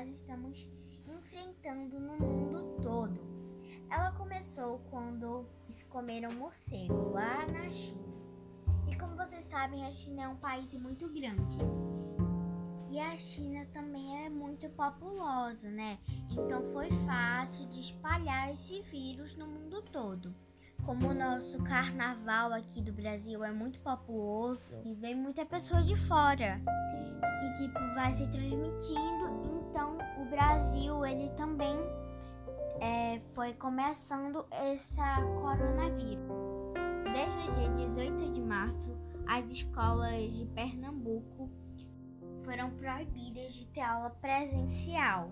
nós estamos enfrentando no mundo todo. Ela começou quando eles comeram morcego lá na China. E como vocês sabem, a China é um país muito grande. E a China também é muito populosa, né? Então foi fácil de espalhar esse vírus no mundo todo. Como o nosso carnaval aqui do Brasil é muito populoso e vem muita pessoa de fora e vai se transmitindo, então o Brasil ele também foi começando essa coronavírus. Desde o dia 18 de março, as escolas de Pernambuco foram proibidas de ter aula presencial.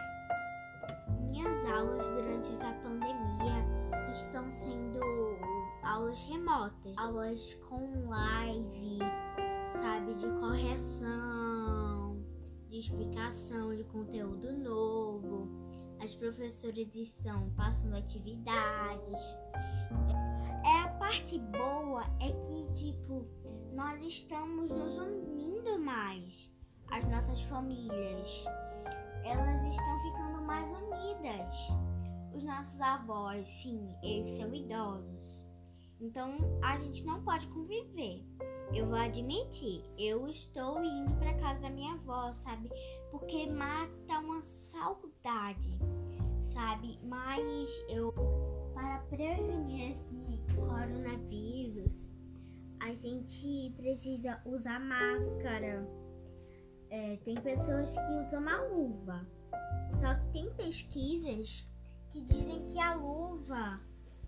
Minhas aulas durante essa pandemia estão sendo aulas remotas, aulas com live, sabe, de correção, de explicação de conteúdo novo. As professoras estão passando atividades. A parte boa é que, nós estamos nos unindo mais. As nossas famílias, elas estão ficando mais unidas. Os nossos avós, sim, eles são idosos. Então, a gente não pode conviver. Eu vou admitir, eu estou indo para casa da minha avó, sabe? Porque mata uma saudade, sabe? Mas para prevenir esse coronavírus, a gente precisa usar máscara. Tem pessoas que usam uma luva. Só que tem pesquisas que dizem que a luva,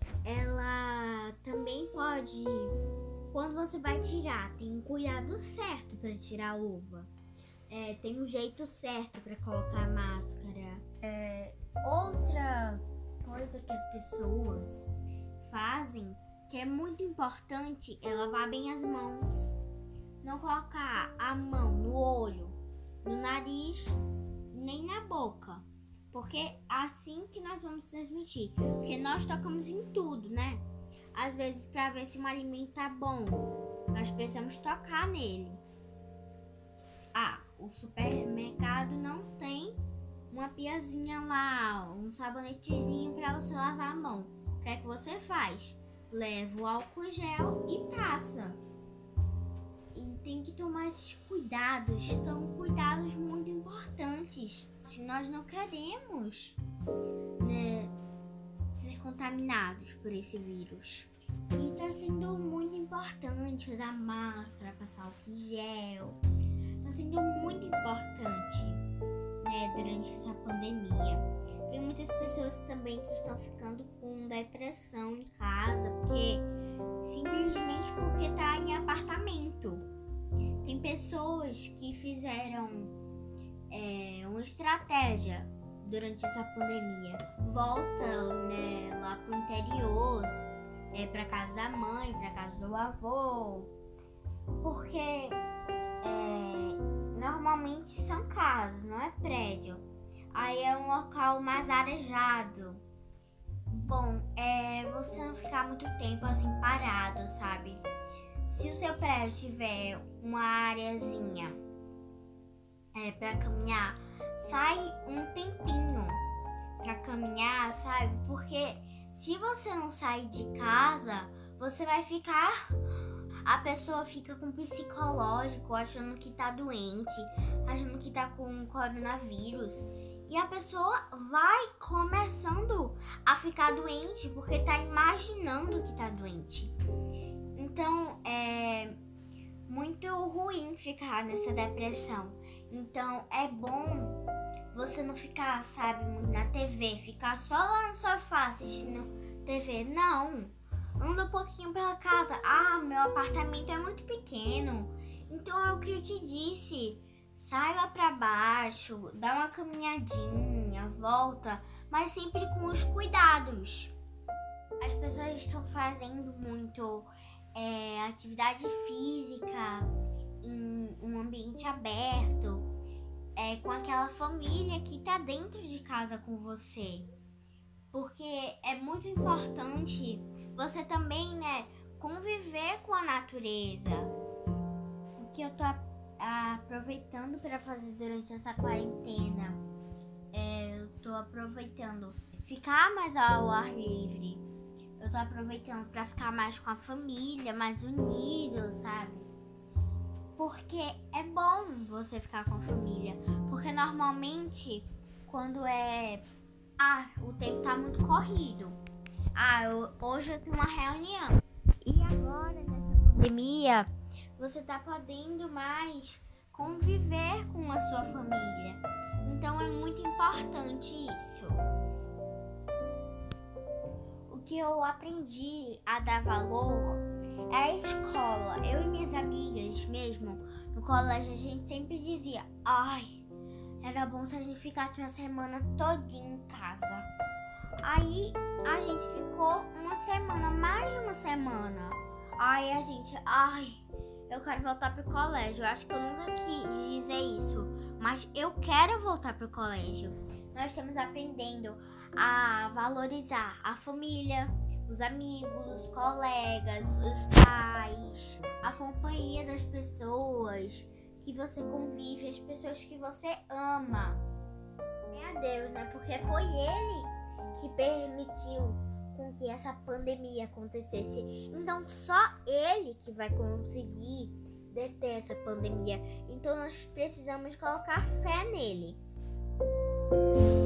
ela também pode, quando você vai tirar, tem um cuidado certo para tirar a luva. Tem um jeito certo para colocar a máscara. Outra coisa que as pessoas fazem, que é muito importante, é lavar bem as mãos. Não colocar a mão no olho, no nariz, nem na boca. Porque é assim que nós vamos transmitir. Porque nós tocamos em tudo, né? Às vezes, para ver se um alimento tá bom, nós precisamos tocar nele. O supermercado não tem uma piazinha lá, um sabonetezinho para você lavar a mão. O que é que você faz? Leva o álcool gel e passa. E tem que tomar esses cuidados, são cuidados muito importantes. Nós não queremos, ser contaminados por esse vírus. E tá sendo muito importante usar máscara, passar álcool gel. Tá sendo muito importante, durante essa pandemia. Tem muitas pessoas também que estão ficando com depressão em casa, simplesmente porque tá em apartamento. Tem pessoas que fizeram uma estratégia durante essa pandemia. Volta, lá pro interior, pra casa da mãe, pra casa do avô. Porque normalmente são casas, não é prédio. Aí é um local mais arejado. Bom, você não ficar muito tempo assim parado, sabe? Se o seu prédio tiver uma areazinha pra caminhar, sai um tempinho pra caminhar, sabe? Porque se você não sair de casa, você vai ficar... A pessoa fica com psicológico, achando que tá doente, achando que tá com coronavírus. E a pessoa vai começando a ficar doente porque tá imaginando que tá doente. Então, é muito ruim ficar nessa depressão. Então, é bom você não ficar, sabe, muito na TV, ficar só lá no sofá assistindo TV. Não, anda um pouquinho pela casa. Meu apartamento é muito pequeno. Então, é o que eu te disse. Sai lá pra baixo, dá uma caminhadinha, volta, mas sempre com os cuidados. As pessoas estão fazendo muito atividade física em um ambiente aberto, com aquela família que tá dentro de casa com você. Porque é muito importante você também, conviver com a natureza. O que eu tô aproveitando para fazer durante essa quarentena tô aproveitando ficar mais ao ar livre. Eu tô aproveitando pra ficar mais com a família, mais unido, sabe? Porque é bom você ficar com a família. Porque normalmente, quando o tempo tá muito corrido. Hoje eu tenho uma reunião. E agora, nessa pandemia, você tá podendo mais conviver com a sua família. Então é muito importante isso. O que eu aprendi a dar valor é a escola. Eu e minhas amigas mesmo, no colégio, a gente sempre dizia: era bom se a gente ficasse uma semana todinha em casa. Aí a gente ficou uma semana, mais de uma semana. Aí a gente, eu quero voltar pro colégio. Eu acho que eu nunca quis dizer isso, mas eu quero voltar pro colégio. Nós estamos aprendendo a valorizar a família, os amigos, os colegas, os pais, a companhia das pessoas que você convive, as pessoas que você ama. É a Deus, né? Porque foi Ele que permitiu com que essa pandemia acontecesse. Então só Ele que vai conseguir deter essa pandemia. Então nós precisamos colocar fé nele.